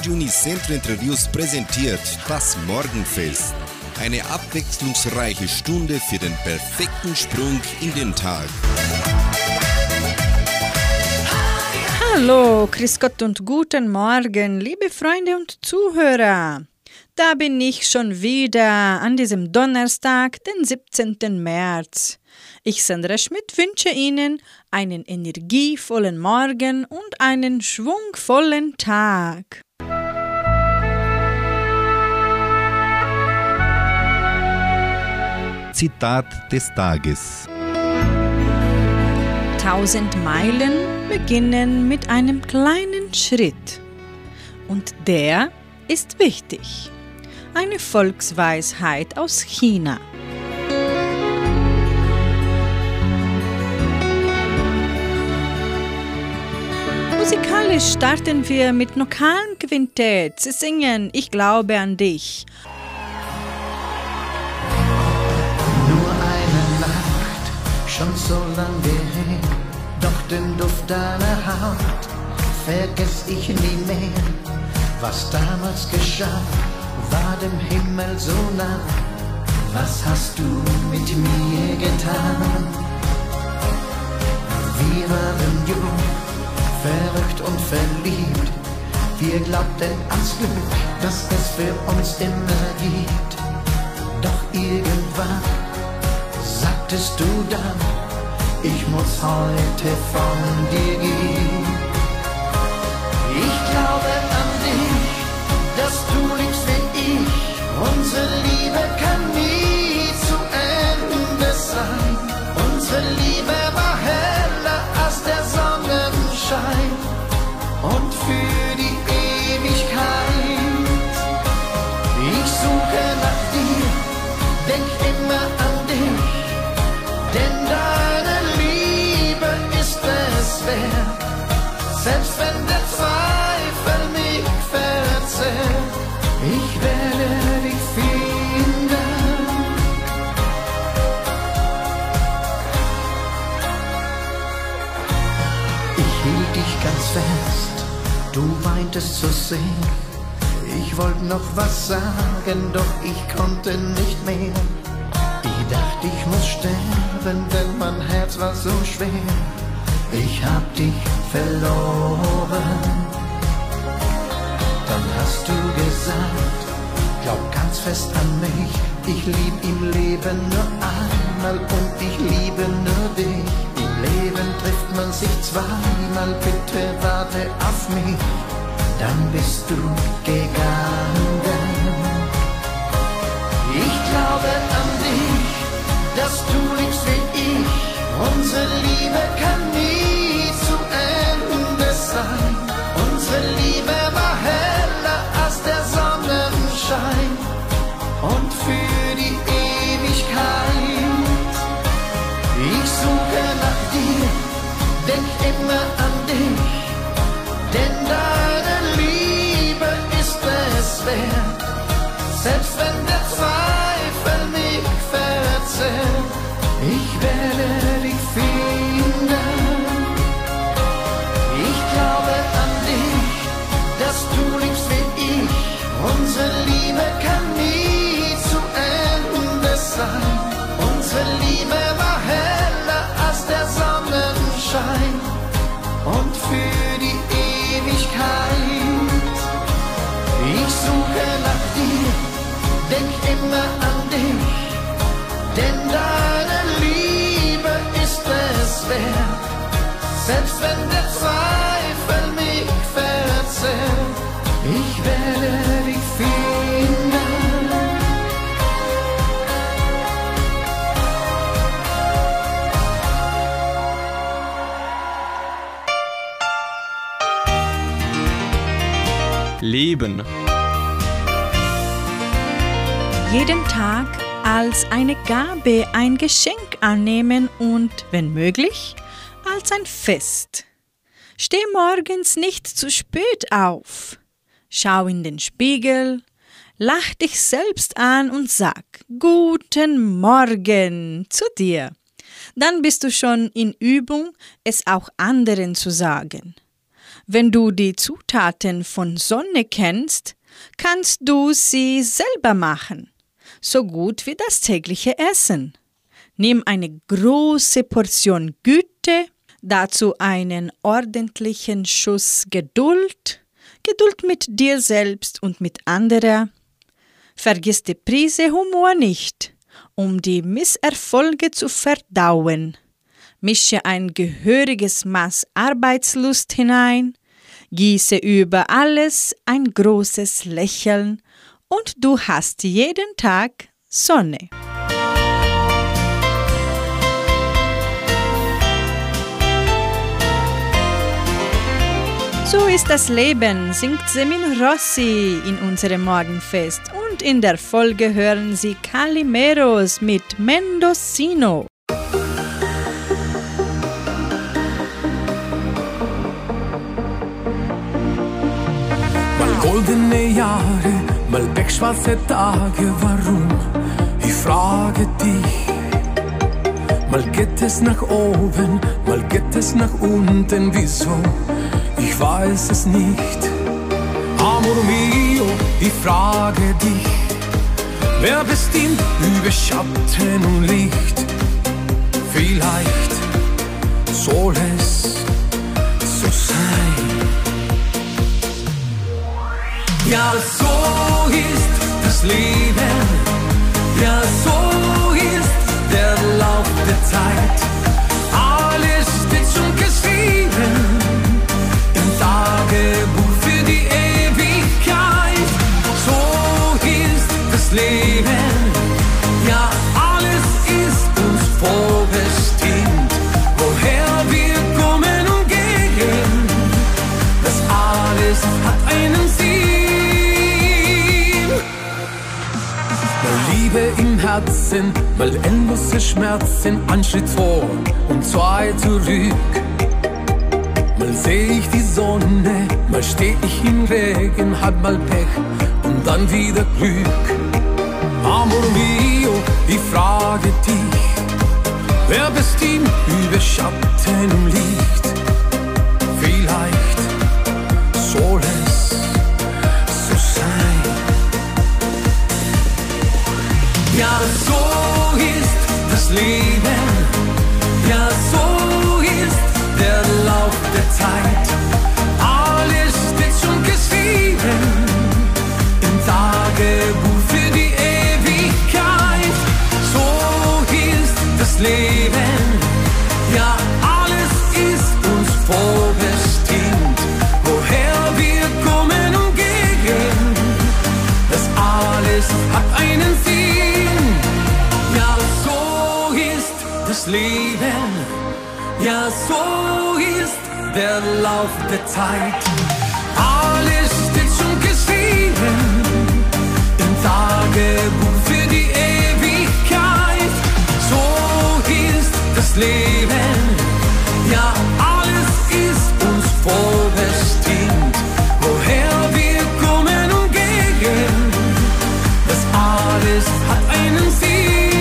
Radio Unicentro Interviews präsentiert das Morgenfest. Eine abwechslungsreiche Stunde für den perfekten Sprung in den Tag. Hallo, grüß Gott und guten Morgen, liebe Freunde und Zuhörer. Da bin ich schon wieder an diesem Donnerstag, den 17. März. Ich, Sandra Schmidt, wünsche Ihnen einen energievollen Morgen und einen schwungvollen Tag. Zitat des Tages. 1000 Meilen beginnen mit einem kleinen Schritt. Und der ist wichtig. Eine Volksweisheit aus China. Musikalisch starten wir mit lokalen Quintett. Sie singen Ich glaube an dich. Nur eine Nacht, schon so lange her, doch den Duft deiner Haut vergess ich nie mehr. Was damals geschah, war dem Himmel so nah. Was hast du mit mir getan? Wir waren jung, verrückt und verliebt. Wir glaubten ans Glück, das es für uns immer gibt. Doch irgendwann sagtest du dann, ich muss heute von dir gehen. Ich glaube an dich, dass du liebst wie ich. Unsere Liebe kann nie zu Ende sein. Unsere Liebe war heller als der Sonnenschein und für die Ewigkeit. Ich suche nach dir, denk immer an dich, denn deine Liebe ist es wert. Selbst wenn der Zweifel mich verzehrt, ich werde dich finden. Ich hielt dich ganz fest, du weintest so sehr. Ich wollte noch was sagen, doch ich konnte nicht mehr. Ich dachte, ich muss sterben, denn mein Herz war so schwer. Ich hab dich verloren. Dann hast du gesagt, glaub ganz fest an mich. Ich lieb im Leben nur einmal und ich liebe nur dich. Im Leben trifft man sich zweimal, bitte warte auf mich. Dann bist du gegangen. Ich glaube an dich, dass du liebst wie ich. Unsere Liebe kann nie zu Ende sein. Unsere Liebe war heller als der Sonnenschein und für die Ewigkeit. Ich suche nach dir, denk immer an dich, denn deine Liebe ist es wert. Selbst wenn der Zweifel mich verzehrt, ich werde dich finden. Ich glaube an dich, dass du liebst wie ich. Unsere Liebe kann nie zu Ende sein. Unsere Liebe war heller als der Sonnenschein und für die Ewigkeit. Ich suche nach dir, denk immer an dich, denn deine Liebe ist es wert. Selbst wenn der Zweifel mich verzehrt, ich werde dich finden. Leben. Jeden Tag als eine Gabe, ein Geschenk annehmen und, wenn möglich, als ein Fest. Steh morgens nicht zu spät auf. Schau in den Spiegel, lach dich selbst an und sag Guten Morgen zu dir. Dann bist du schon in Übung, es auch anderen zu sagen. Wenn du die Zutaten von Sonne kennst, kannst du sie selber machen, so gut wie das tägliche Essen. Nimm eine große Portion Güte, dazu einen ordentlichen Schuss Geduld, Geduld mit dir selbst und mit anderen. Vergiss die Prise Humor nicht, um die Misserfolge zu verdauen. Mische ein gehöriges Maß Arbeitslust hinein, gieße über alles ein großes Lächeln und du hast jeden Tag Sonne. So ist das Leben, singt Semin Rossi in unserem Morgenfest. Und in der Folge hören Sie Calimeros mit Mendocino. Mal goldene Jahre, mal pechschwarze Tage, warum? Ich frage dich. Mal geht es nach oben, mal geht es nach unten, wieso? Ich weiß es nicht. Amor mio, ich frage dich, wer bestimmt über Schatten und Licht? Vielleicht soll es so sein. Ja, so ist das Leben, ja, so ist der Lauf der Zeit. Alles steht schon geschrieben, Tagebuch für die Ewigkeit. So ist das Leben, ja, alles ist uns vorbestimmt. Woher wir kommen und gehen, das alles hat einen Sinn. Mal Liebe im Herzen, mal endlose Schmerzen, ein Schritt vor und zwei zurück. Mal seh ich die Sonne, mal steh ich im Regen, hab mal Pech und dann wieder Glück. Amor mio, ich frage dich, wer bestimmt über Schatten und Licht? Vielleicht soll es so sein. Ja, so ist das Leben, ja, so ist der Lauf der Zeit. Alles steht schon geschrieben im Tagebuch für die Ewigkeit. So ist das Leben, ja, alles ist uns vorbestimmt. Woher wir kommen und gehen, das alles hat einen Sinn. Ja, so ist das Leben, ja, so ist der Lauf der Zeit. Alles steht schon geschrieben im Tagebuch für die Ewigkeit. So ist das Leben, ja, alles ist uns vorbestimmt. Woher wir kommen und gehen, das alles hat einen Sinn.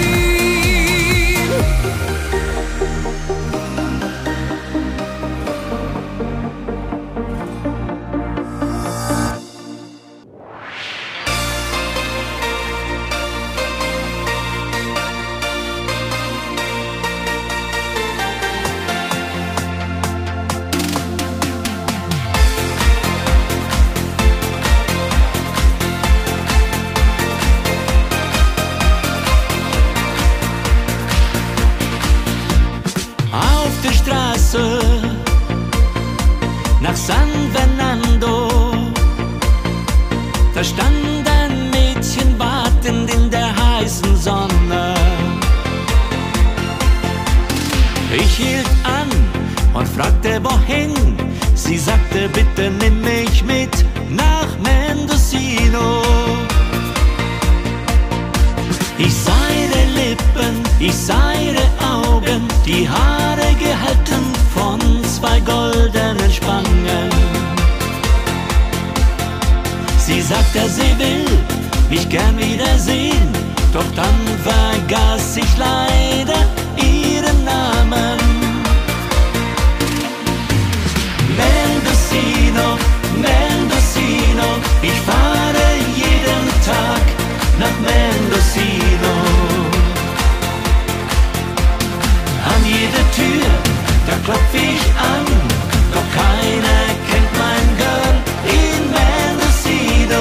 Nach San Fernando, da stand ein Mädchen wartend in der heißen Sonne. Ich hielt an und fragte wohin, sie sagte bitte nimm mich mit nach Mendocino. Ich sah ihre Lippen, ich sah ihre Augen, die Haare gehalten von zwei goldenen Spangen. Sie sagte, sie will mich gern wiedersehen, doch dann vergaß ich leider ihren Namen. Mendocino. klopf ich an, doch keiner kennt mein Girl in Mendocino.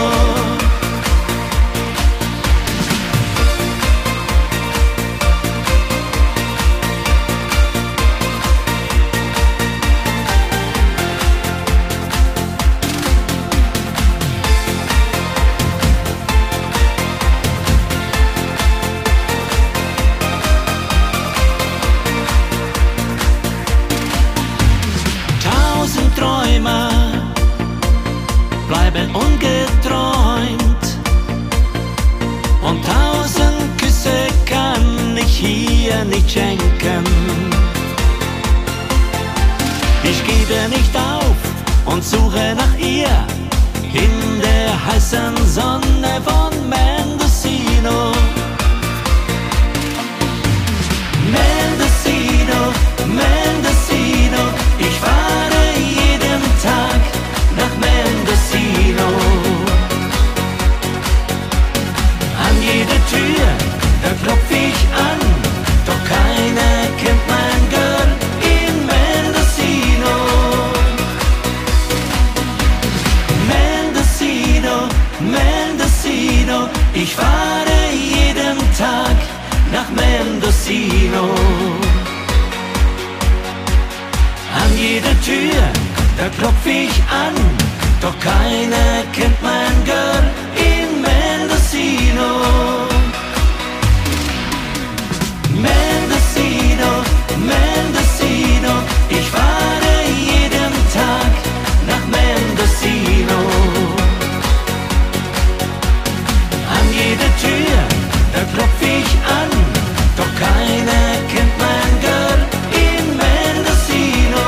Träume bleiben ungeträumt und 1000 Küsse kann ich hier nicht schenken. Ich gebe nicht auf und suche nach ihr in der heißen Sonne von Mendocino. Mendocino, Mendocino, ich fahre jeden Tag nach Mendocino. An jede Tür, da klopf ich an, doch keiner kennt mein Girl in Mendocino. Mendocino, Mendocino, ich fahre jeden Tag nach Mendocino. An jede Tür, da klopf ich an, doch keiner kennt mein Girl in Mendocino. Mendocino, Mendocino, ich fahre jeden Tag nach Mendocino. An jede Tür, da klopf ich an, doch keiner kennt mein Girl in Mendocino.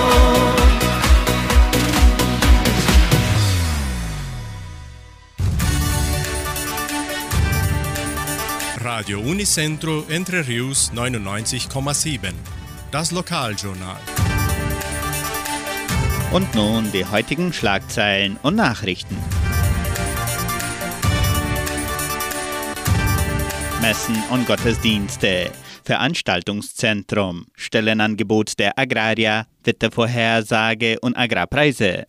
Radio Unicentro Entre Rius 99,7. Das Lokaljournal. Und nun die heutigen Schlagzeilen und Nachrichten. Messen und Gottesdienste. Veranstaltungszentrum. Stellenangebot der Agraria. Wettervorhersage und Agrarpreise.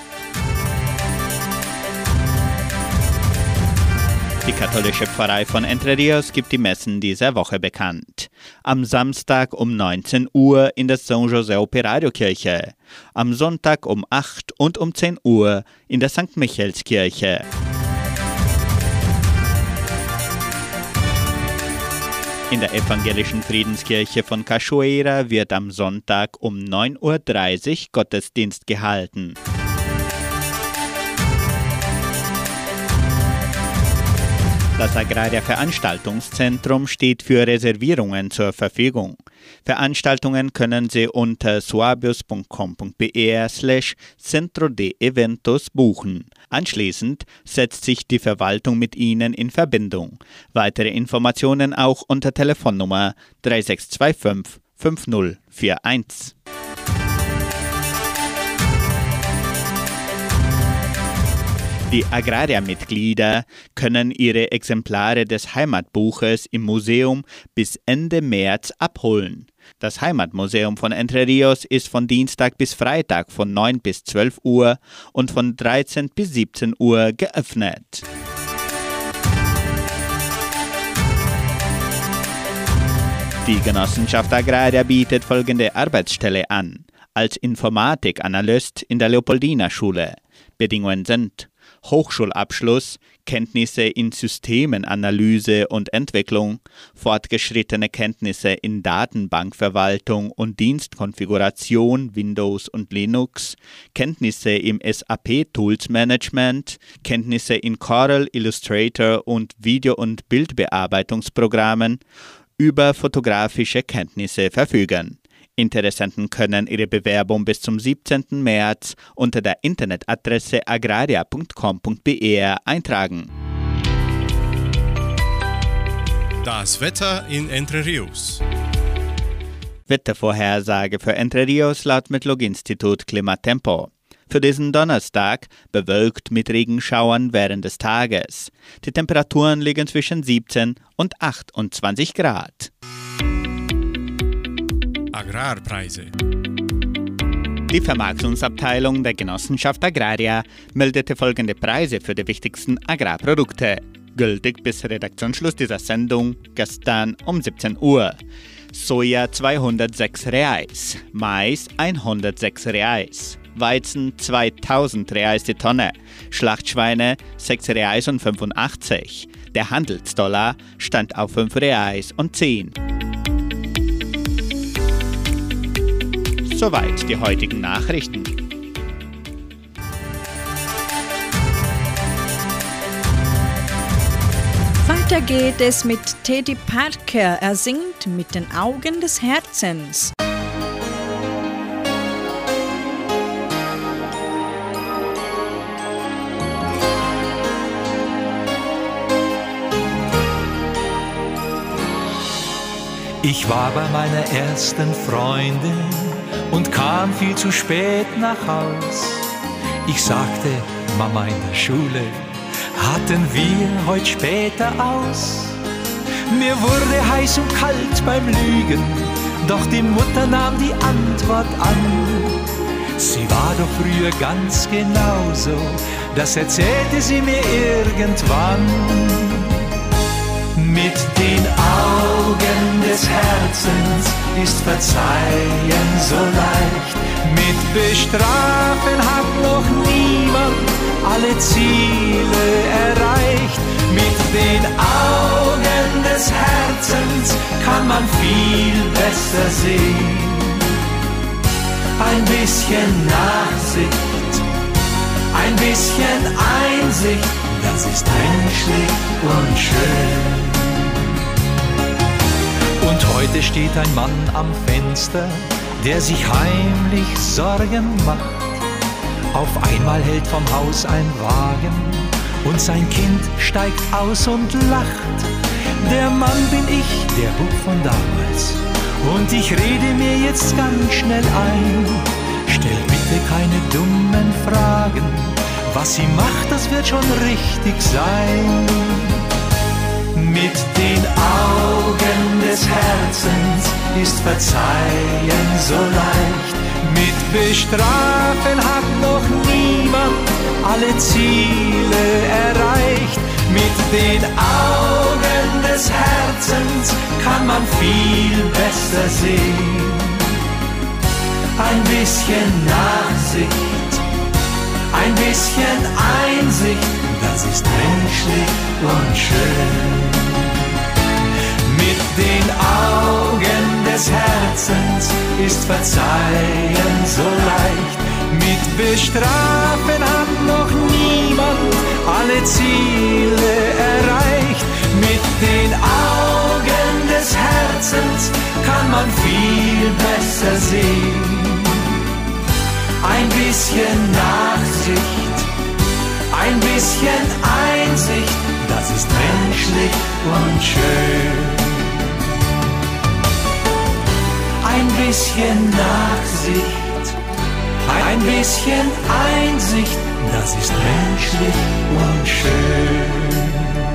Die katholische Pfarrei von Entre Rios gibt die Messen dieser Woche bekannt. Am Samstag um 19 Uhr in der San José Operario Kirche. Am Sonntag um 8 und um 10 Uhr in der St. Michaelskirche. In der evangelischen Friedenskirche von Cachoeira wird am Sonntag um 9.30 Uhr Gottesdienst gehalten. Das Agraria Veranstaltungszentrum steht für Reservierungen zur Verfügung. Veranstaltungen können Sie unter suabios.com.br/centro de eventos buchen. Anschließend setzt sich die Verwaltung mit Ihnen in Verbindung. Weitere Informationen auch unter Telefonnummer 3625 5041. Die Agraria-Mitglieder können ihre Exemplare des Heimatbuches im Museum bis Ende März abholen. Das Heimatmuseum von Entre Rios ist von Dienstag bis Freitag von 9 bis 12 Uhr und von 13 bis 17 Uhr geöffnet. Die Genossenschaft Agraria bietet folgende Arbeitsstelle an. Als Informatikanalyst in der Leopoldina-Schule. Bedingungen sind Hochschulabschluss, Kenntnisse in Systemenanalyse und Entwicklung, fortgeschrittene Kenntnisse in Datenbankverwaltung und Dienstkonfiguration Windows und Linux, Kenntnisse im SAP Tools Management, Kenntnisse in Corel, Illustrator und Video- und Bildbearbeitungsprogrammen, über fotografische Kenntnisse verfügen. Interessenten können ihre Bewerbung bis zum 17. März unter der Internetadresse agraria.com.br eintragen. Das Wetter in Entre Rios. Wettervorhersage für Entre Rios laut Metlog-Institut Klimatempo. Für diesen Donnerstag bewölkt mit Regenschauern während des Tages. Die Temperaturen liegen zwischen 17 und 28 Grad. Agrarpreise. Die Vermarktungsabteilung der Genossenschaft Agraria meldete folgende Preise für die wichtigsten Agrarprodukte, gültig bis Redaktionsschluss dieser Sendung gestern um 17 Uhr. Soja 206 Reais, Mais 106 Reais, Weizen 2000 Reais die Tonne, Schlachtschweine 6 Reais und 85. Der Handelsdollar stand auf 5 Reais und 10. Soweit die heutigen Nachrichten. Weiter geht es mit Teddy Parker. Er singt mit den Augen des Herzens. Ich war bei meiner ersten Freundin und kam viel zu spät nach Haus. Ich sagte, Mama, in der Schule hatten wir heute später aus. Mir wurde heiß und kalt beim Lügen, doch die Mutter nahm die Antwort an. Sie war doch früher ganz genauso, das erzählte sie mir irgendwann. Mit den Augen des Herzens ist Verzeihen so leicht. Mit Bestrafen hat noch niemand alle Ziele erreicht. Mit den Augen des Herzens kann man viel besser sehen. Ein bisschen Nachsicht, ein bisschen Einsicht, das ist menschlich und schön. Und heute steht ein Mann am Fenster, der sich heimlich Sorgen macht. Auf einmal hält vom Haus ein Wagen und sein Kind steigt aus und lacht. Der Mann bin ich, der Bub von damals, und ich rede mir jetzt ganz schnell ein. Stell bitte keine dummen Fragen, was sie macht, das wird schon richtig sein. Mit den Augen des Herzens ist Verzeihen so leicht. Mit Bestrafen hat noch niemand alle Ziele erreicht. Mit den Augen des Herzens kann man viel besser sehen. Ein bisschen Nachsicht, ein bisschen Einsicht, das ist menschlich und schön. Mit den Augen des Herzens ist Verzeihen so leicht. Mit Bestrafen hat noch niemand alle Ziele erreicht. Mit den Augen des Herzens kann man viel besser sehen. Ein bisschen Nachsicht, ein bisschen Einsicht, das ist menschlich und schön. Ein bisschen Nachsicht, ein bisschen Einsicht, das ist menschlich und schön.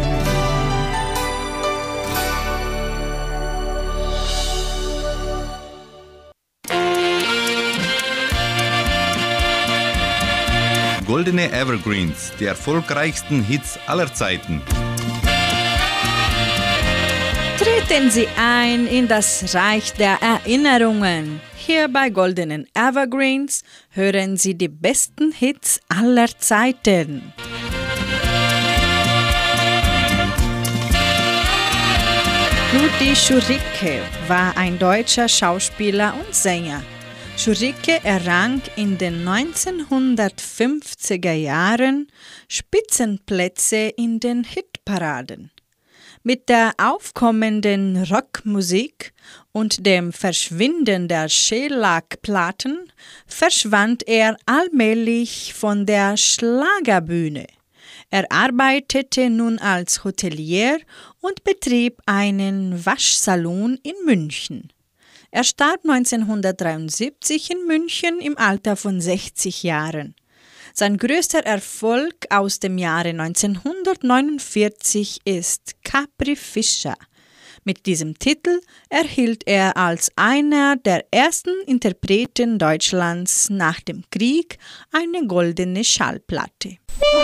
Goldene Evergreens, die erfolgreichsten Hits aller Zeiten. Treten Sie ein in das Reich der Erinnerungen. Hier bei Goldenen Evergreens hören Sie die besten Hits aller Zeiten. Rudi Schuricke war ein deutscher Schauspieler und Sänger. Schuricke errang in den 1950er Jahren Spitzenplätze in den Hitparaden. Mit der aufkommenden Rockmusik und dem Verschwinden der Schellackplatten verschwand er allmählich von der Schlagerbühne. Er arbeitete nun als Hotelier und betrieb einen Waschsalon in München. Er starb 1973 in München im Alter von 60 Jahren. Sein größter Erfolg aus dem Jahre 1949 ist Capri Fischer. Mit diesem Titel erhielt er als einer der ersten Interpreten Deutschlands nach dem Krieg eine goldene Schallplatte.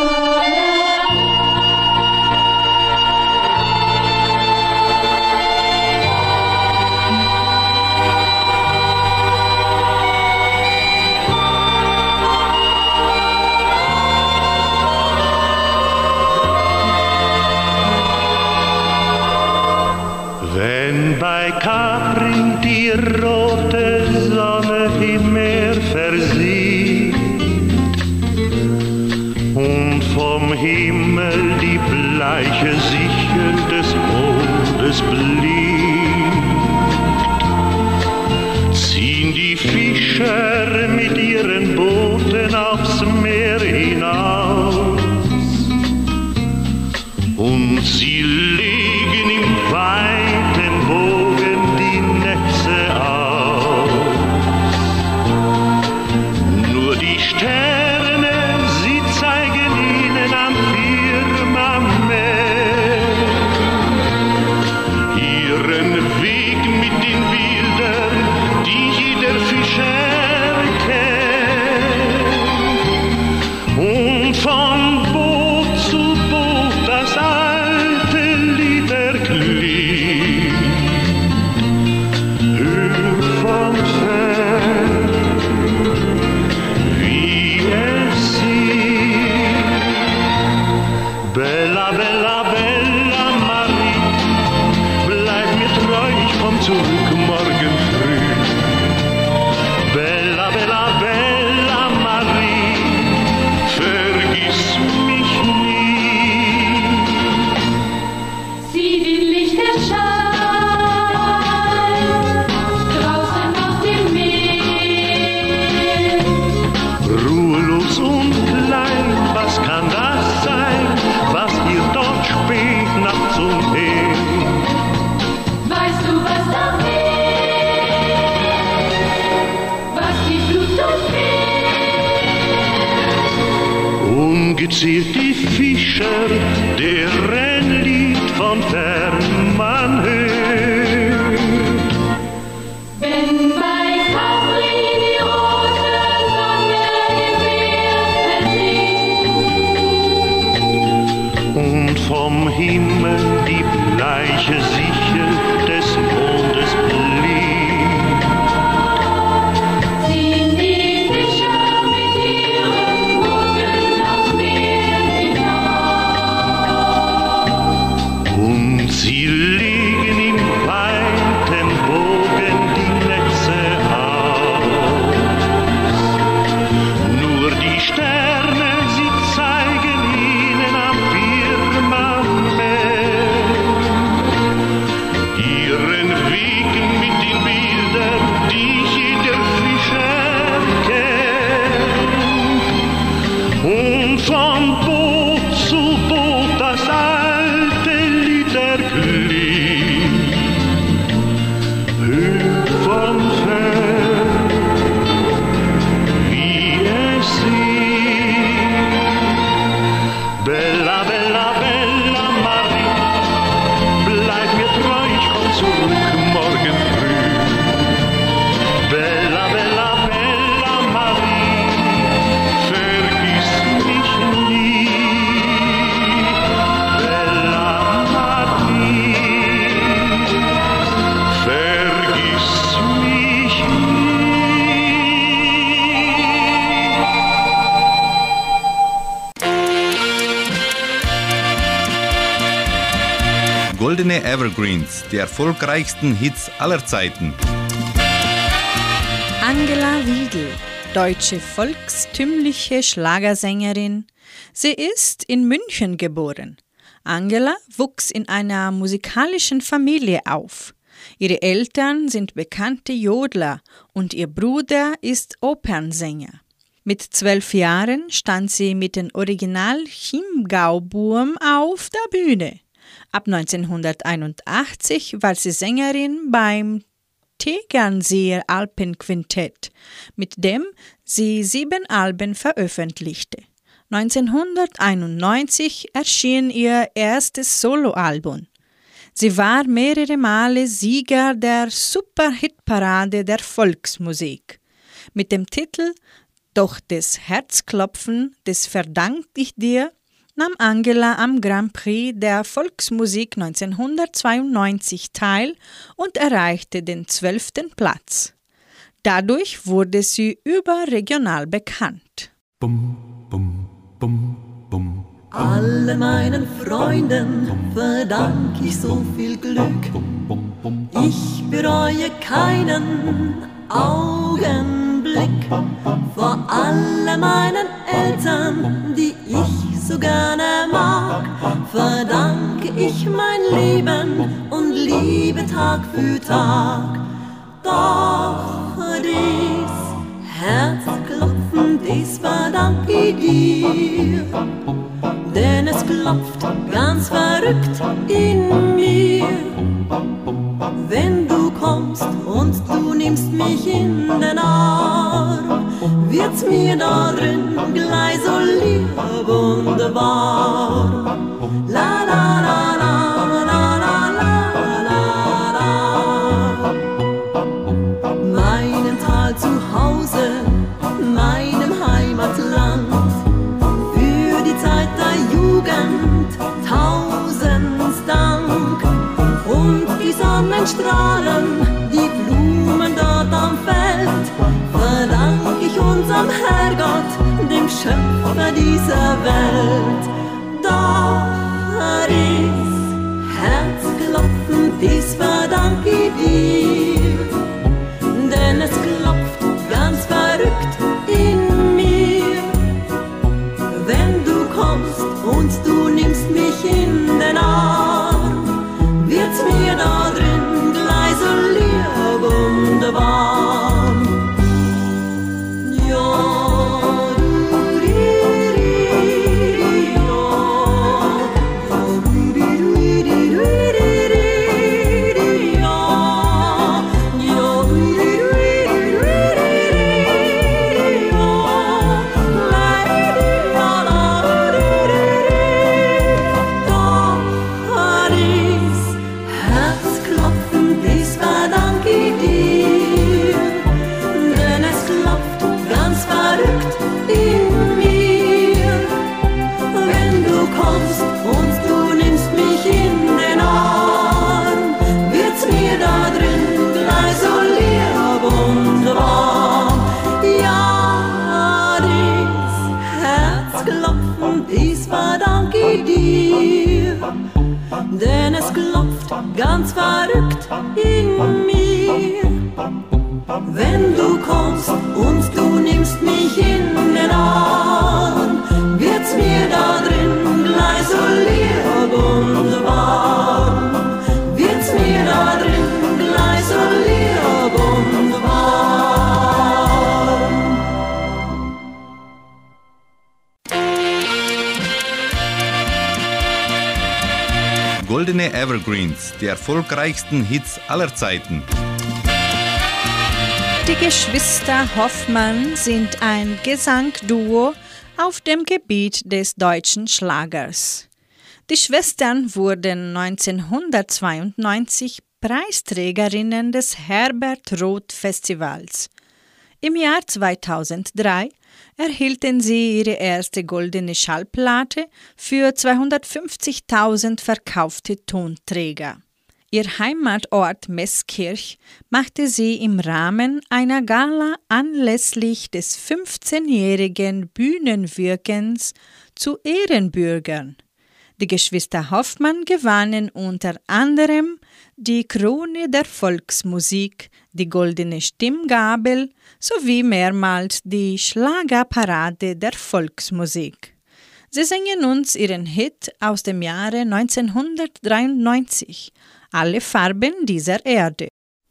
Wenn bei Capri die rote Sonne im Meer versieht und vom Himmel die bleiche Sichel des Mondes blinkt, ziehen die Fischer mit ihren Booten aufs Meer hinaus und sie legen im weiten Bogen die Netze aus. Nur die Sterne, sie zeigen ihnen am Firmament ihren Weg mit den Bildern, die jeder Fischer kennt. Und von Boot zu Boot das alte Lied erklingt. Hör vom Feld, wie es singt. Bella, bella, bella Marie, bleib mir treu, ich komm zurück morgen früh. Bella, bella, bella Marie, vergiss mich nie. Sieh den Lichterschein draußen auf dem Meer. Ruhelos und klein, was kann das sein, was ihr dort spät nachts umher? Weißt du, was da ist? Was die Flut durchfährt? Ungezählt die Fischer, deren Lied von fern man hört. Wenn bei Capri die rote Sonne im Meer versinkt Und vom Himmel die bleiche Sichel des Mondes blinkt, ziehen die Fischer mit ihren Booten aufs Meer hinaus. und sie legen im weiten Bogen die Netze aus. Nur die Sterne, sie zeigen ihnen am Firmament ihren Weg mit den Bildern, die jeder Fischer kennt. Und von Boot zu Boot das alte Lied erklingt. Hör vom Feld, wie es singt. Bella, bella, bella Marie, bleib mir treu, ich komm zurück morgen früh. Bella, bella, bella Marie, vergiss mich nie. Bella Marie, vergiss mich nie. Goldene Evergreens, die erfolgreichsten Hits aller Zeiten. Angela Wiedel, deutsche volkstümliche Schlagersängerin. Sie ist in München geboren. Angela wuchs in einer musikalischen Familie auf. Ihre Eltern sind bekannte Jodler und ihr Bruder ist Opernsänger. Mit 12 Jahren stand sie mit den Original Chiemgau-Buben auf der Bühne. Ab 1981 war sie Sängerin beim Tegernseer Alpenquintett, mit dem sie 7 Alben veröffentlichte. 1991 erschien ihr erstes Soloalbum. Sie war mehrere Male Sieger der Superhitparade der Volksmusik. Mit dem Titel »Doch des Herzklopfen, des verdank ich dir« nahm Angela am Grand Prix der Volksmusik 1992 teil und erreichte den 12. Platz. Dadurch wurde sie überregional bekannt. Bum, bum, bum, bum. Alle meinen Freunden verdank ich so viel Glück. Ich bereue keinen Augenblick. Vor allem meinen Eltern, die ich so gerne mag, verdanke ich mein Leben und liebe Tag für Tag. Doch dies Herzklopfen, dies verdank ich dir, denn es klopft ganz verrückt in mir. Wenn du kommst und du nimmst mich in den Arm, wird's mir da drin gleich so lieb und warm. La la la la la la la la. Meinem Tal zu Hause, meinem Heimatland, für die Zeit der Jugend tausend Dank. Und die Sonnenstrahlen, die Blumen dort am Feld, verdank ich unserem Herrgott, dem Schöpfer dieser Welt. Doch dies Herzklopfen, dies verdank ich dir, denn es klopft ganz verrückt in mir. Wenn du kommst und du nimmst mich in den Arm, wird's mir da drin gleich so lieb und warm. Ja, du, di, di, ja, ja, du, di, di, di, di, di, ja, ja, du, di, di, di, ja, la, di, ja, la, di, dies Herzklopfen, dies verdank ich dir, denn es klopft ganz verrückt in mir. Wenn du kommst und du nimmst mich in den Arm, wird's mir da drin gleich so lieb und warm. Ja, dies Herzklopfen, dies verdank ich dir, denn es klopft ganz verrückt in mir. Wenn du kommst und du nimmst mich in den Arm, wird's mir da drin gleich so lieb und warm. Wird's mir da drin gleich so lieb und warm. Goldene Evergreens, die erfolgreichsten Hits aller Zeiten. Die Geschwister Hoffmann sind ein Gesangduo auf dem Gebiet des deutschen Schlagers. Die Schwestern wurden 1992 Preisträgerinnen des Herbert Roth Festivals. Im Jahr 2003 erhielten sie ihre erste goldene Schallplatte für 250.000 verkaufte Tonträger. Ihr Heimatort Meßkirch machte sie im Rahmen einer Gala anlässlich des 15-jährigen Bühnenwirkens zu Ehrenbürgern. Die Geschwister Hoffmann gewannen unter anderem die Krone der Volksmusik, die Goldene Stimmgabel sowie mehrmals die Schlagerparade der Volksmusik. Sie singen uns ihren Hit aus dem Jahre 1993, Alle Farben dieser Erde.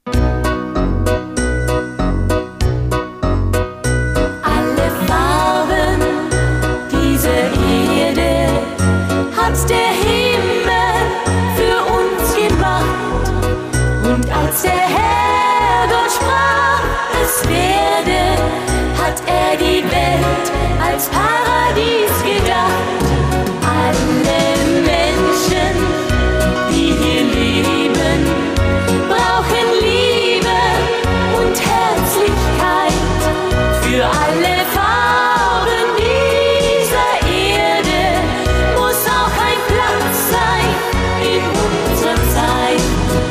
Alle Farben dieser Erde hat der Himmel für uns gemacht. Und als der Herrgott sprach, es werde, hat er die Welt als Paradies gedacht. Alle Menschen, die hier leben, Für alle Farben dieser Erde muss auch ein Platz sein in unserer Zeit.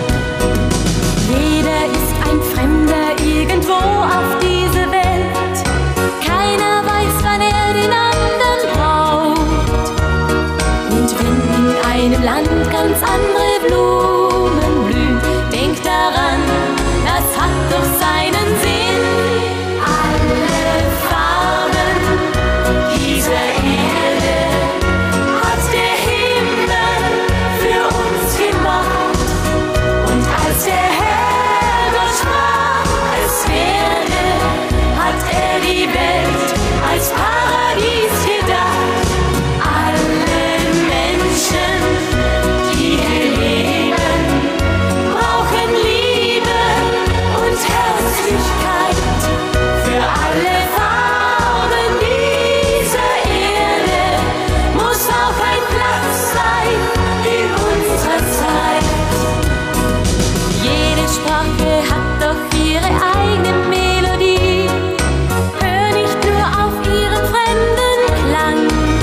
Jeder ist ein Fremder irgendwo auf dieser Welt. Keiner weiß, wann er den anderen braucht. Und wenn in einem Land ganz andere Blumen blühen, denk daran, das hat doch seinen Sinn. Alle Farben dieser Erde hat der Himmel für uns gemacht. Und als der Herrgott sprach, es werde, hat er die Welt als Paradies gedacht. Alle Menschen, die hier leben, brauchen Liebe und Herzlichkeit. Für alle Farben dieser Erde muss auch ein Platz sein in unserer Zeit. Jede Sprache hat doch ihre eigene Melodie. Hör nicht nur auf ihren fremden Klang.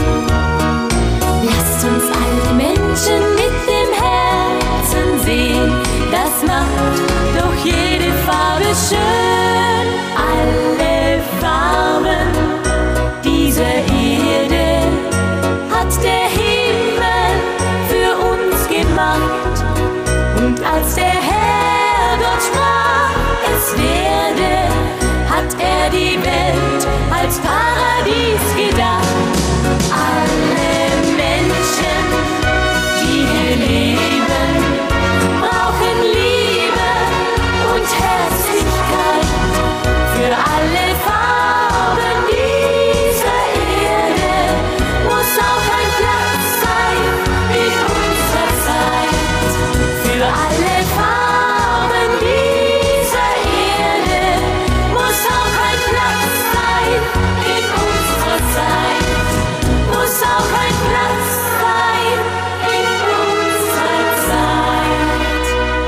Lasst uns alle Menschen mit dem Herzen sehen. Das macht doch jede Farbe schön. Alle Farben dieser Erde hat der Himmel für uns gemacht. Und als der Herrgott sprach, es werde, hat er die Welt als Paradies gedacht. Alle Menschen, die hier leben, brauchen Liebe und Herzlichkeit. Für alle Farben dieser Erde muss auch ein Platz sein in unserer Zeit. Für alle Farben dieser Erde muss auch ein Platz sein in unserer Zeit. Muss auch ein Platz sein in unserer Zeit.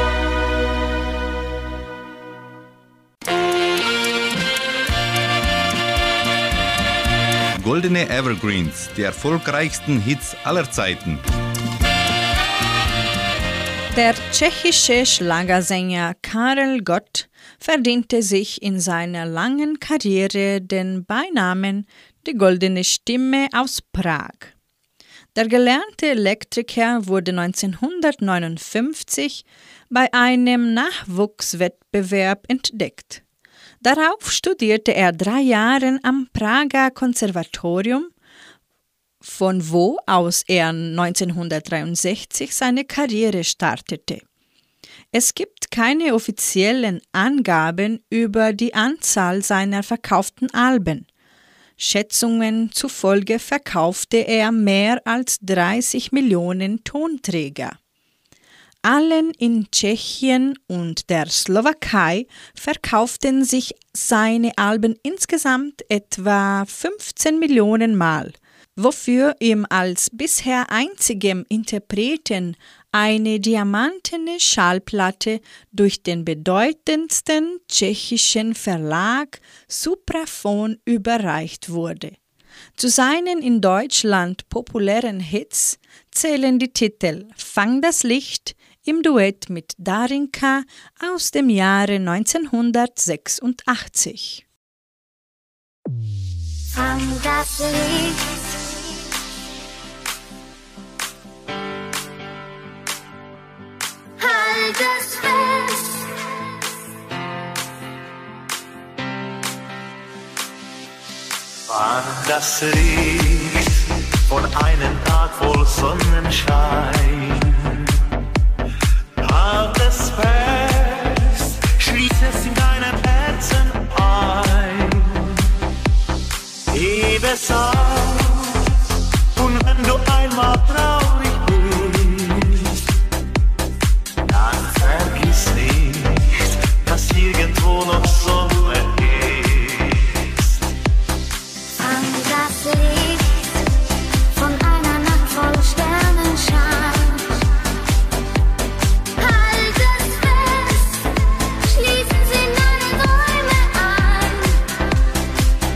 Goldene Evergreens, die erfolgreichsten Hits aller Zeiten. Der tschechische Schlagersänger Karel Gott verdiente sich in seiner langen Karriere den Beinamen die goldene Stimme aus Prag. Der gelernte Elektriker wurde 1959 bei einem Nachwuchswettbewerb entdeckt. Darauf studierte er 3 Jahre am Prager Konservatorium, von wo aus er 1963 seine Karriere startete. Es gibt keine offiziellen Angaben über die Anzahl seiner verkauften Alben. Schätzungen zufolge verkaufte er mehr als 30 Millionen Tonträger. Allen in Tschechien und der Slowakei verkauften sich seine Alben insgesamt etwa 15 Millionen Mal, wofür ihm als bisher einzigem Interpreten eine diamantene Schallplatte durch den bedeutendsten tschechischen Verlag Supraphon überreicht wurde. Zu seinen in Deutschland populären Hits zählen die Titel Fang das Licht im Duett mit Darinka aus dem Jahre 1986. Fang das Licht, halt es fest, Fang das Licht von einem Tag voll Sonnenschein. Halt es fest, schließ es in deinem Herzen ein. Heb es auf, und wenn du einmal traurig bist, dann vergiss nicht, dass irgendwo noch Sonne ist. fang das Licht von einer Nacht voll Sternenschein. Halt es fest, schließen Sie deine Träume ein.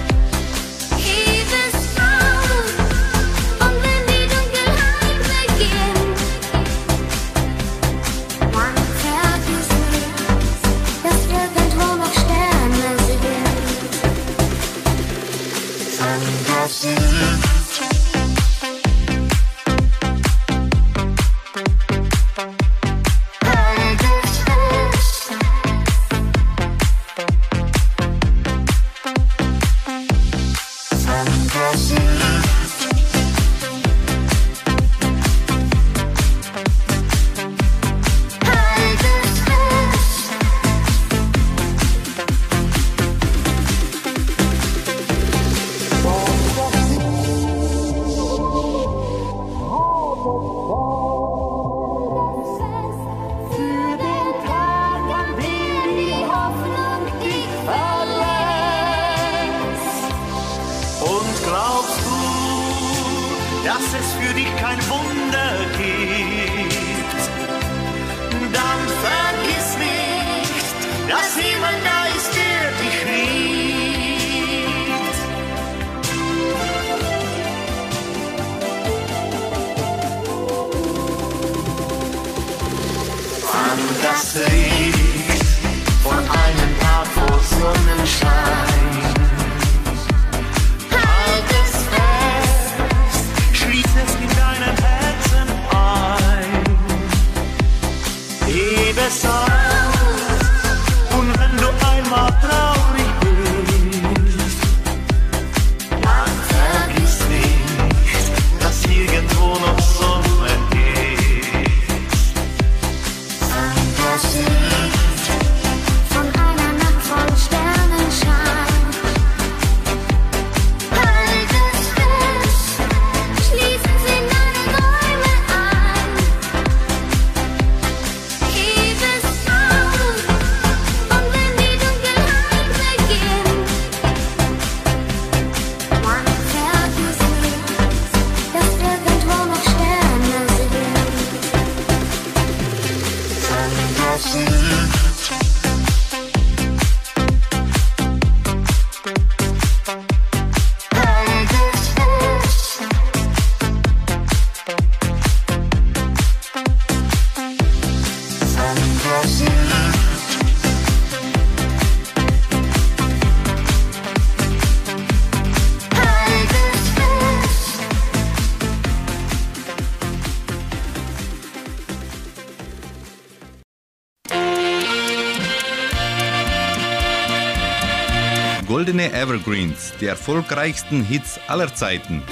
Goldene Evergreens, die erfolgreichsten Hits aller Zeiten.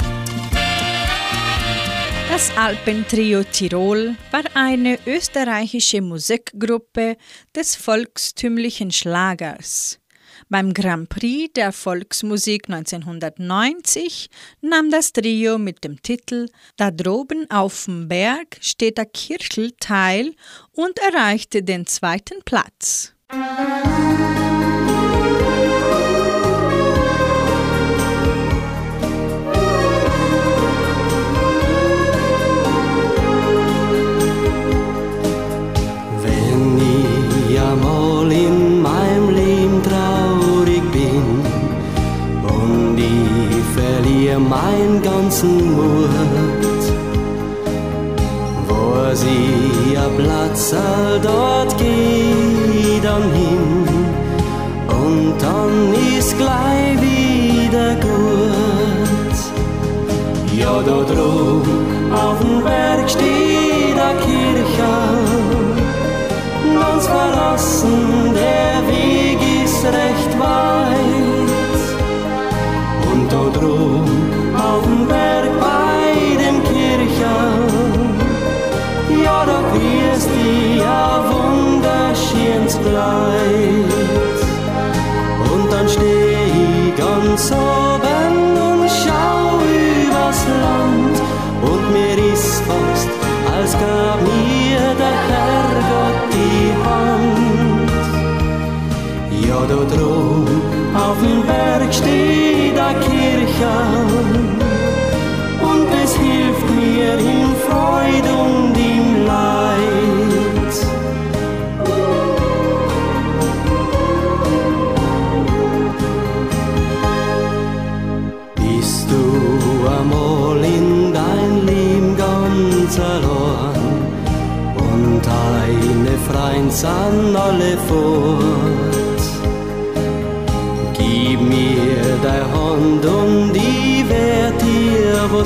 Das Alpentrio Tirol war eine österreichische Musikgruppe des volkstümlichen Schlagers. Beim Grand Prix der Volksmusik 1990 nahm das Trio mit dem Titel »Da droben auf'm Berg steht der Kirchl« teil und erreichte den 2. Platz. Einmal in meinem Leben traurig bin und ich verliere meinen ganzen Mut, wo sie ein Platz dort geht dann hin und dann ist gleich wieder gut. Ja, da droben auf dem Berg steht eine Kirche, ganz verlassen, der Weg ist recht weit. Und da droben auf dem Berg bei dem Kirchhof, ja, da grüßt die ein wunderschönes Kleid. Und dann steh ich ganz oben und schau übers Land und mir ist fast, als gab mir der Herrgott die Hand. Ja, da droben auf dem Berg steht eine Kirche und es hilft mir in Freude und im Leid. Bist du einmal in dein Leben ganz allein und deine Freunde sind alle fort? Gib mir deine Hand und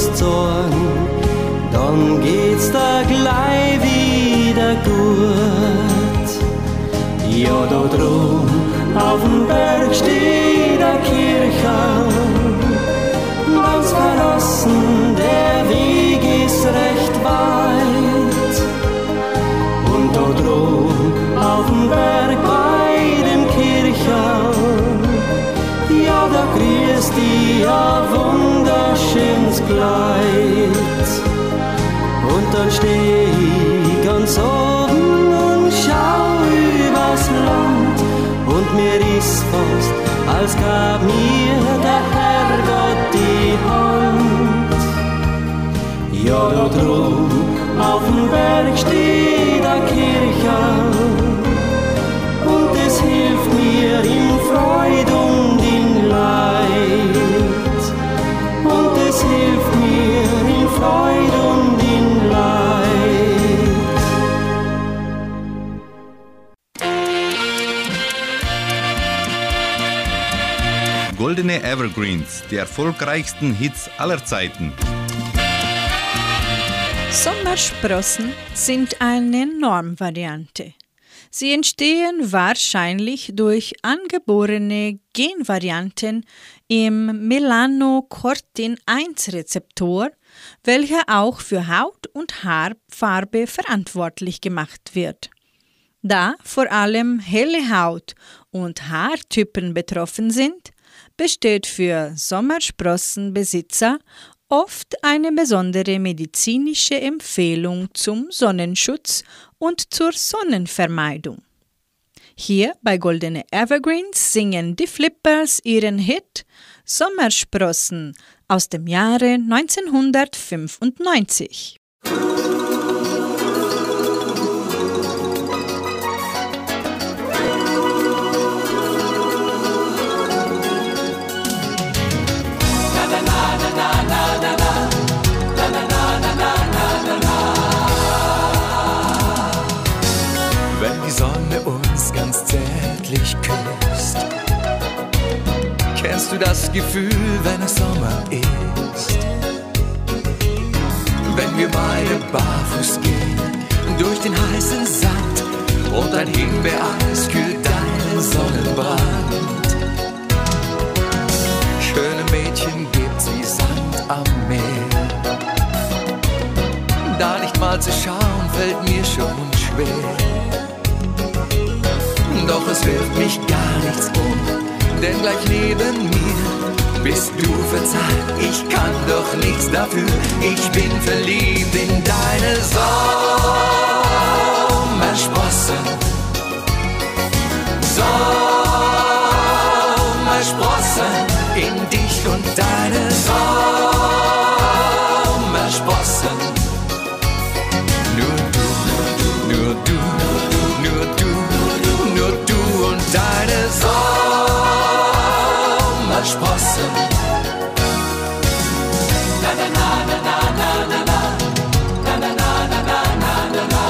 musst sorgen, dann geht's da gleich wieder gut. Ja, da drum auf'm Berg steht a Kirche, ganz verlassen, der Weg ist recht weit. Und da drum auf'm Berg bei dem Kirchhaus, ja, da grüßt die a wunderschönes Kleid. Und dann steh ich ganz oben und schau übers Land, und mir ist fast, als gab mir der Herrgott die Hand. Ja, da drum auf'm Berg steht a Kirche, und es hilft mir in Freud und in Leid. Und es hilft mir in Freud und in Leid. Goldene Evergreens, die erfolgreichsten Hits aller Zeiten. Sommersprossen sind eine Normvariante. Sie entstehen wahrscheinlich durch angeborene Genvarianten im Melanocortin-1-Rezeptor, welcher auch für Haut- und Haarfarbe verantwortlich gemacht wird. Da vor allem helle Haut- und Haartypen betroffen sind, besteht für Sommersprossenbesitzer oft eine besondere medizinische Empfehlung zum Sonnenschutz und zur Sonnenvermeidung. Hier bei Goldene Evergreens singen die Flippers ihren Hit Sommersprossen aus dem Jahre 1995. Wenn die Sonne uns ganz zärtlich küsst, kennst du das Gefühl, wenn es Sommer ist? Wenn wir beide barfuß gehen durch den heißen Sand und ein Himbeereis kühlt deinen Sonnenbrand. Schöne Mädchen gibt's wie Sand am Meer. Da nicht mal zu schauen, fällt mir schon schwer. Doch es wirft mich gar nichts um, denn gleich neben mir bist du verzeiht. Ich kann doch nichts dafür, ich bin verliebt in deine Sommersprossen. Sommersprossen, in dich und deine Sommersprossen. Nur du, nur du, nur du, nur du und deine Sommersprossen. Na na na na na na na na na na na na na na.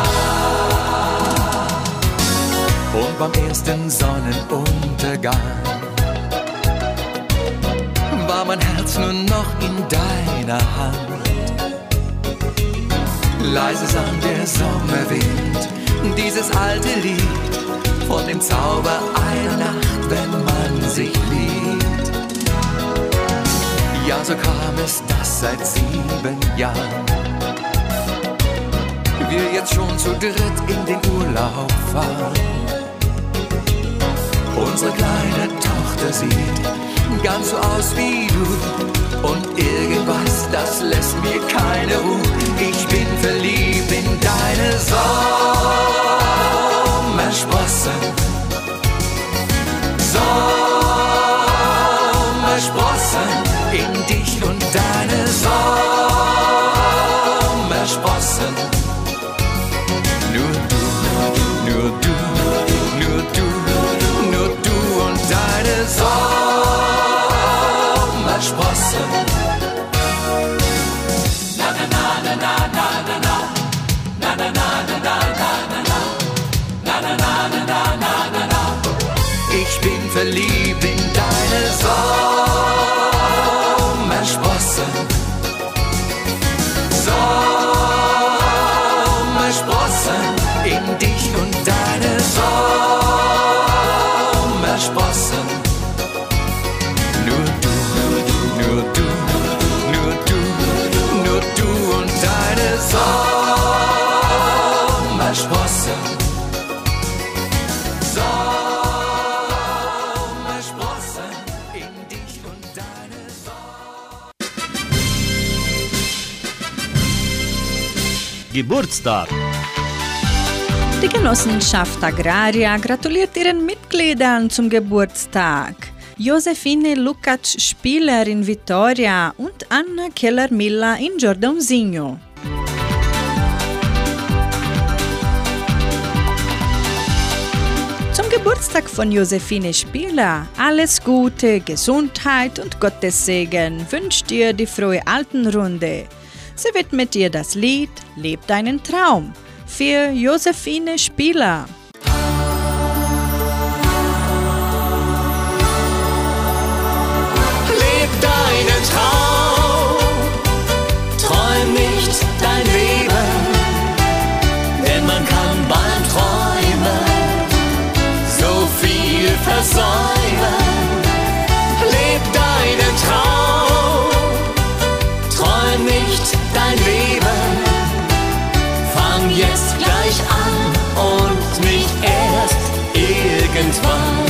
Und beim ersten Sonnenuntergang war mein Herz nur noch in deiner Hand. Leise sang der Sommerwind dieses alte Lied von dem Zauber einer Nacht, wenn man sich liebt. Ja, so kam es, dass seit 7 Jahren wir jetzt schon zu dritt in den Urlaub fahren. Unsere kleine Tochter sieht ganz so aus wie du, und irgendwas, das lässt mir keine Ruhe. Ich bin verliebt in deine Sommersprossen. Sommersprossen, in dich und deine Sommersprossen. Nur du, nur du, nur du, nur du und deine Sommersprossen. Na na na na na na na na na na na na na na na na na na na na. Geburtstag. Die Genossenschaft Agraria gratuliert ihren Mitgliedern zum Geburtstag. Josefine Lukacs-Spieler in Vitoria und Anna Keller-Miller in Jordãozinho. Zum Geburtstag von Josefine Spieler alles Gute, Gesundheit und Gottes Segen wünscht ihr die Frohe Altenrunde. Sie widmet ihr das Lied Leb deinen Traum für Josefine Spieler. Leb deinen Traum, träum nicht dein Leben, denn man kann beim Träumen so viel versäumen. Leb deinen Traum, träum nicht dein Leben, fang jetzt gleich an und nicht erst irgendwann.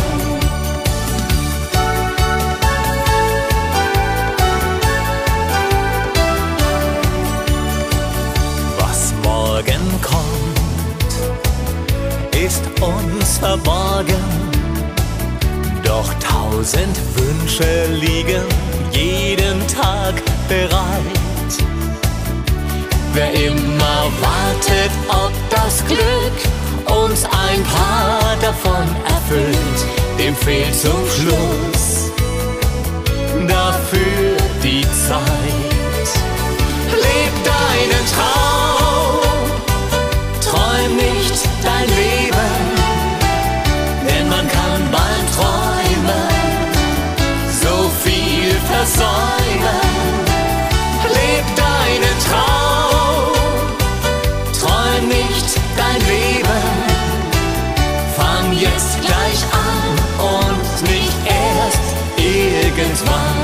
Was morgen kommt, ist uns verborgen, doch 1000 Wünsche liegen jeden Tag bereit. Wer immer wartet, ob das Glück uns ein paar davon erfüllt, dem fehlt zum Schluss dafür die Zeit. Leb deinen Traum, träum nicht dein Leben, denn man kann beim Träumen so viel versäumen. Leb deinen Traum, träum nicht dein Leben, fang jetzt gleich an und nicht erst irgendwann.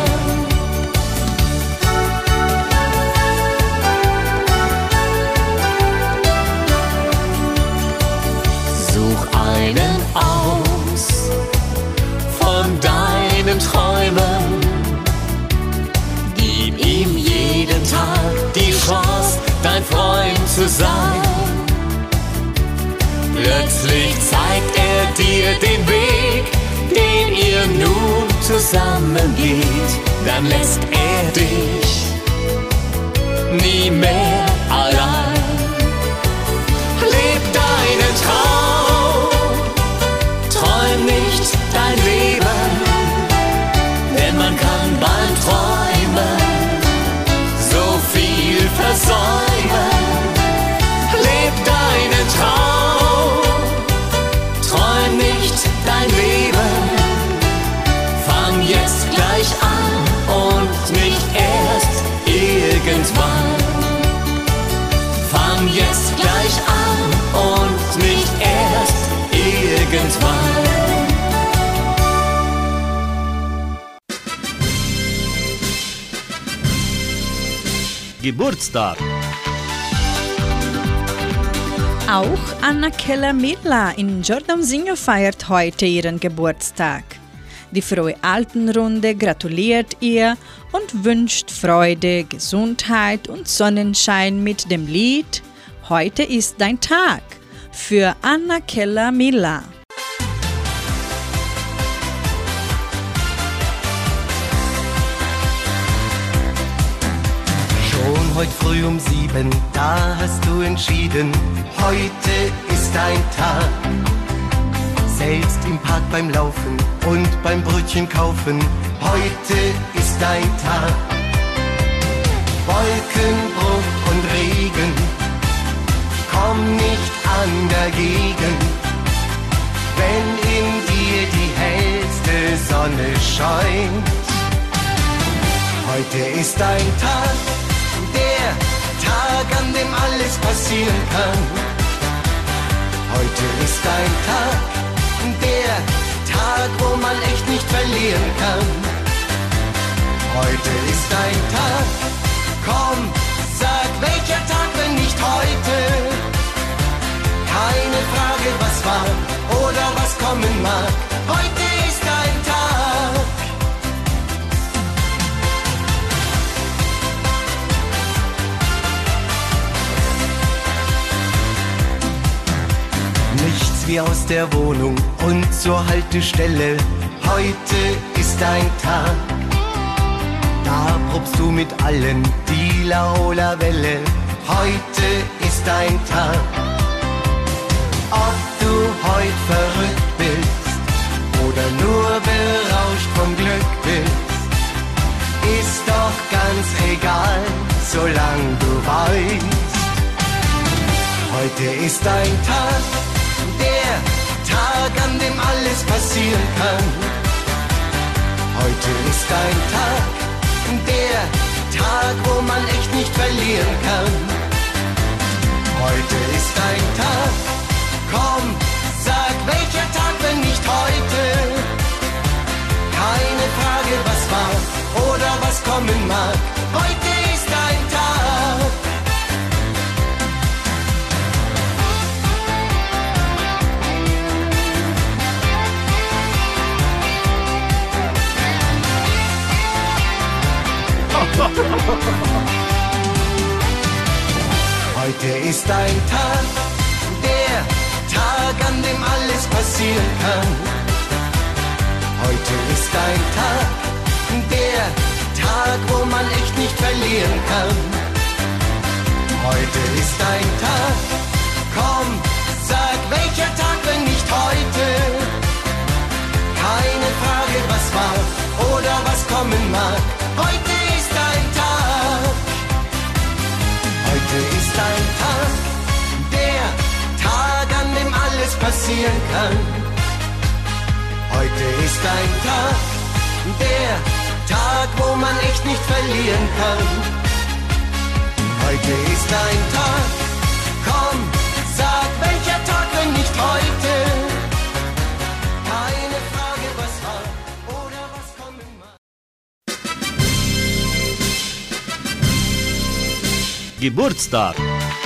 Such einen aus von deinen Träumen, gib ihm jeden Tag die Chance, dein Freund zu sein. Plötzlich zeigt er dir den Weg, den ihr nun zusammen geht, dann lässt er dich nie mehr allein. Leb deinen Traum, träum nicht dein Leben, denn man kann beim Träumen so viel versäumen. Leb deinen Traum, träum nicht dein Leben, fang jetzt gleich an und nicht erst irgendwann. Fang jetzt gleich an und nicht erst irgendwann. Geburtstag. Auch Anna Keller-Miller in Jordãozinho feiert heute ihren Geburtstag. Die Frohe Altenrunde gratuliert ihr und wünscht Freude, Gesundheit und Sonnenschein mit dem Lied Heute ist dein Tag für Anna Keller-Miller. Schon heute früh um 7, da hast du entschieden, heute ist dein Tag. Selbst im Park beim Laufen und beim Brötchen kaufen, heute ist dein Tag. Wolkenbruch und Regen, komm nicht an dagegen, wenn in dir die hellste Sonne scheint. Heute ist dein Tag, der Tag, an dem alles passieren kann. Heute ist dein Tag, der Tag, wo man echt nicht verlieren kann. Heute ist dein Tag, komm, sag welcher Tag, wenn nicht heute. Keine Frage, was war oder was kommen mag. Heute ist dein Tag. geh aus der Wohnung und zur Haltestelle. Heute ist ein Tag, da probst du mit allen die Laola-Welle. Heute ist ein Tag, ob du heut verrückt bist oder nur berauscht vom Glück bist, ist doch ganz egal, solange du weißt. Heute ist ein Tag, der Tag, an dem alles passieren kann. Heute ist ein Tag, der Tag, wo man echt nicht verlieren kann. Heute ist ein Tag, komm, sag, welcher Tag, wenn nicht heute? Keine Frage, was war oder was kommen mag. Heute ist ein Tag. Heute ist ein Tag, der Tag, an dem alles passieren kann. Heute ist ein Tag, der Tag, wo man echt nicht verlieren kann. Heute ist ein Tag, komm, sag, welcher Tag, wenn nicht heute? Keine Frage, was war oder was kommen mag. Heute ist ein Tag. Heute ist ein Tag, der Tag, an dem alles passieren kann. Heute ist ein Tag, der Tag, wo man echt nicht verlieren kann. Heute ist ein Tag, komm, sag, welcher Tag, wenn nicht heute? Keine Frage, was war oder was kommen mag. Geburtstag.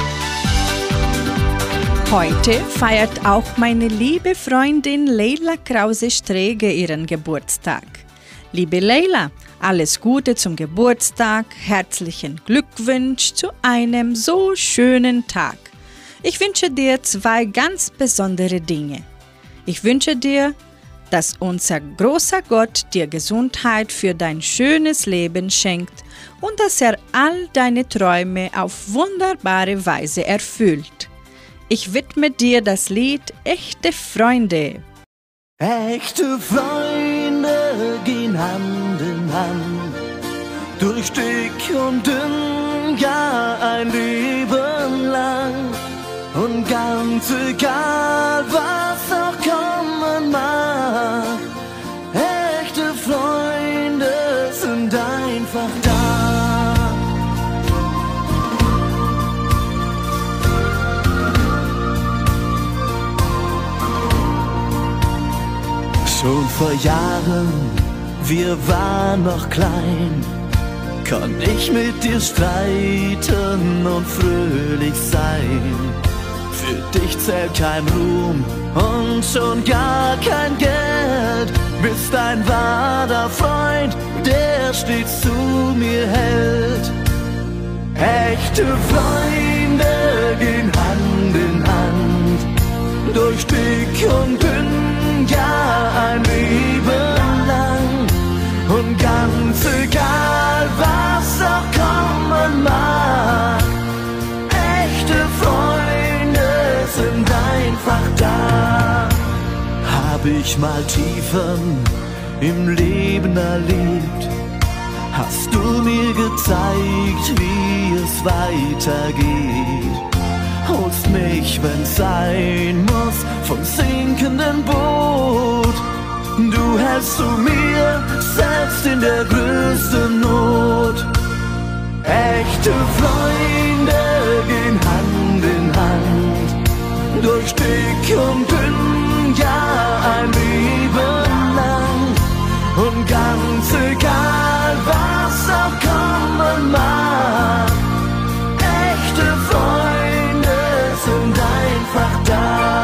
Heute feiert auch meine liebe Freundin Leila Krause-Strege ihren Geburtstag. Liebe Leila, alles Gute zum Geburtstag, herzlichen Glückwunsch zu einem so schönen Tag. Ich wünsche dir 2 ganz besondere Dinge. Ich wünsche dir, dass unser großer Gott dir Gesundheit für dein schönes Leben schenkt und dass er all deine Träume auf wunderbare Weise erfüllt. Ich widme dir das Lied Echte Freunde. Echte Freunde gehen Hand in Hand, durch dick und dünn, ja ein Leben lang. Und ganz egal, was auch kommen mag, echte Freunde sind einfach da. Schon vor Jahren, wir waren noch klein, konnt ich mit dir streiten und fröhlich sein. Für dich zählt kein Ruhm und schon gar kein Geld. Bist ein wahrer Freund, der stets zu mir hält. Echte Freunde gehen Hand in Hand, durch dick und dünn, ja ein Leben lang. Und ganz egal, was auch kommen mag, echte Freunde sind einfach da. Hab ich mal Tiefen im Leben erlebt, hast du mir gezeigt, wie es weitergeht. Holst mich, wenn's sein muss, vom sinkenden Boot. Du hältst zu mir, selbst in der größten Not. Echte Freunde gehen Hand in Hand, durch dick und dünn, ja ein Leben lang. Und ganz egal, was auch kommen mag, echte Freunde sind einfach da.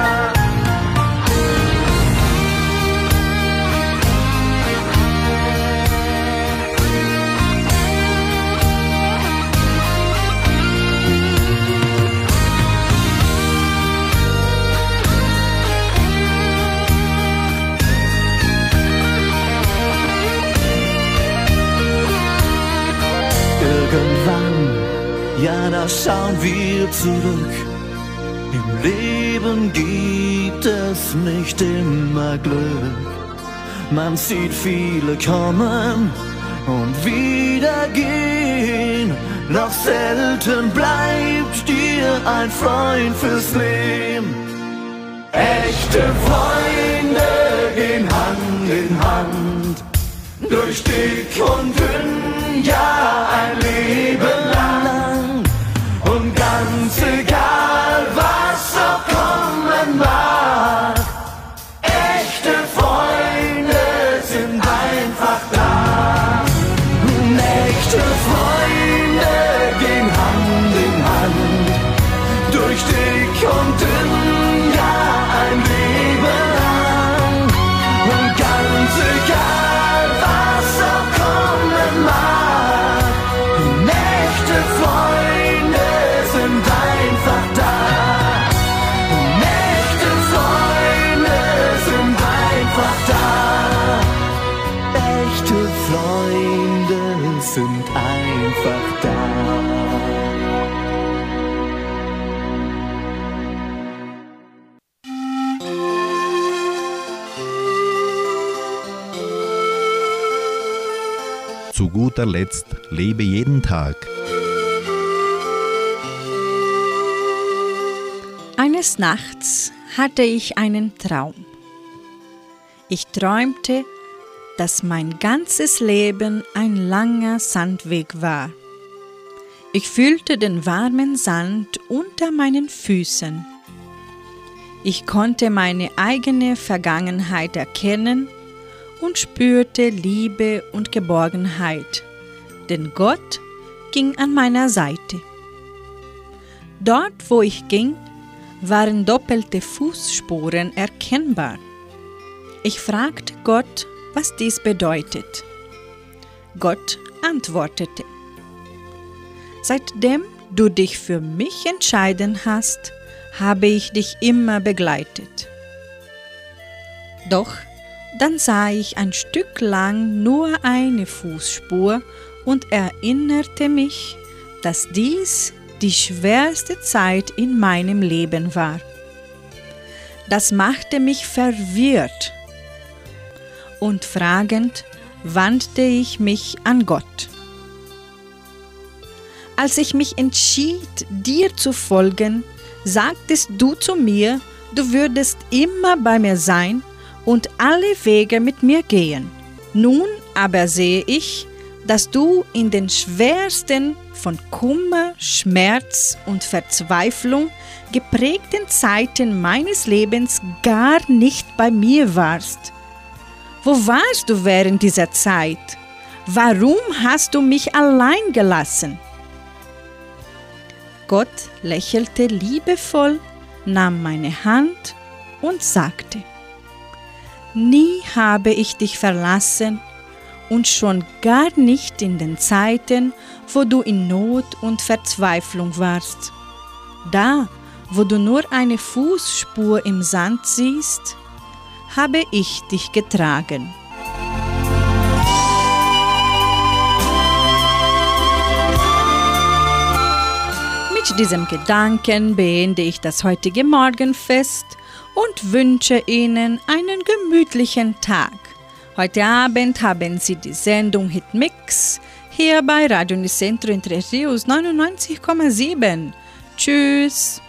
irgendwann, ja, da schauen wir zurück. Im Leben gibt es nicht immer Glück. Man sieht viele kommen und wieder gehen, doch selten bleibt dir ein Freund fürs Leben. Echte Freunde gehen Hand in Hand, durch dick und dünn, ja, ein Leben lang. Und ganz egal, was auch kommen mag, echte Freunde sind einfach da. Echte Freunde gehen Hand in Hand, durch dick und dünn, ja, ein Leben lang. Und ganz egal, was auch kommen mag, echte Freunde sind einfach da. Echte Freunde sind einfach da. Echte Freunde sind einfach da. Zu guter Letzt, lebe jeden Tag. Eines Nachts hatte ich einen Traum. Ich träumte, dass mein ganzes Leben ein langer Sandweg war. Ich fühlte den warmen Sand unter meinen Füßen. Ich konnte meine eigene Vergangenheit erkennen und spürte Liebe und Geborgenheit, denn Gott ging an meiner Seite. Dort, wo ich ging, waren doppelte Fußspuren erkennbar. Ich fragte Gott, was dies bedeutet. Gott antwortete: Seitdem du dich für mich entschieden hast, habe ich dich immer begleitet. Doch dann sah ich ein Stück lang nur eine Fußspur und erinnerte mich, dass dies die schwerste Zeit in meinem Leben war. Das machte mich verwirrt und fragend wandte ich mich an Gott. Als ich mich entschied, dir zu folgen, sagtest du zu mir, du würdest immer bei mir sein und alle Wege mit mir gehen. Nun aber sehe ich, dass du in den schwersten, von Kummer, Schmerz und Verzweiflung geprägten Zeiten meines Lebens gar nicht bei mir warst. Wo warst du während dieser Zeit? Warum hast du mich allein gelassen? Gott lächelte liebevoll, nahm meine Hand und sagte: Nie habe ich dich verlassen und schon gar nicht in den Zeiten, wo du in Not und Verzweiflung warst. Da, wo du nur eine Fußspur im Sand siehst, habe ich dich getragen. Mit diesem Gedanken beende ich das heutige Morgenfest und wünsche Ihnen einen gemütlichen Tag. Heute Abend haben Sie die Sendung Hitmix hier bei Radio Unicentro Entre Rios 99,7. Tschüss!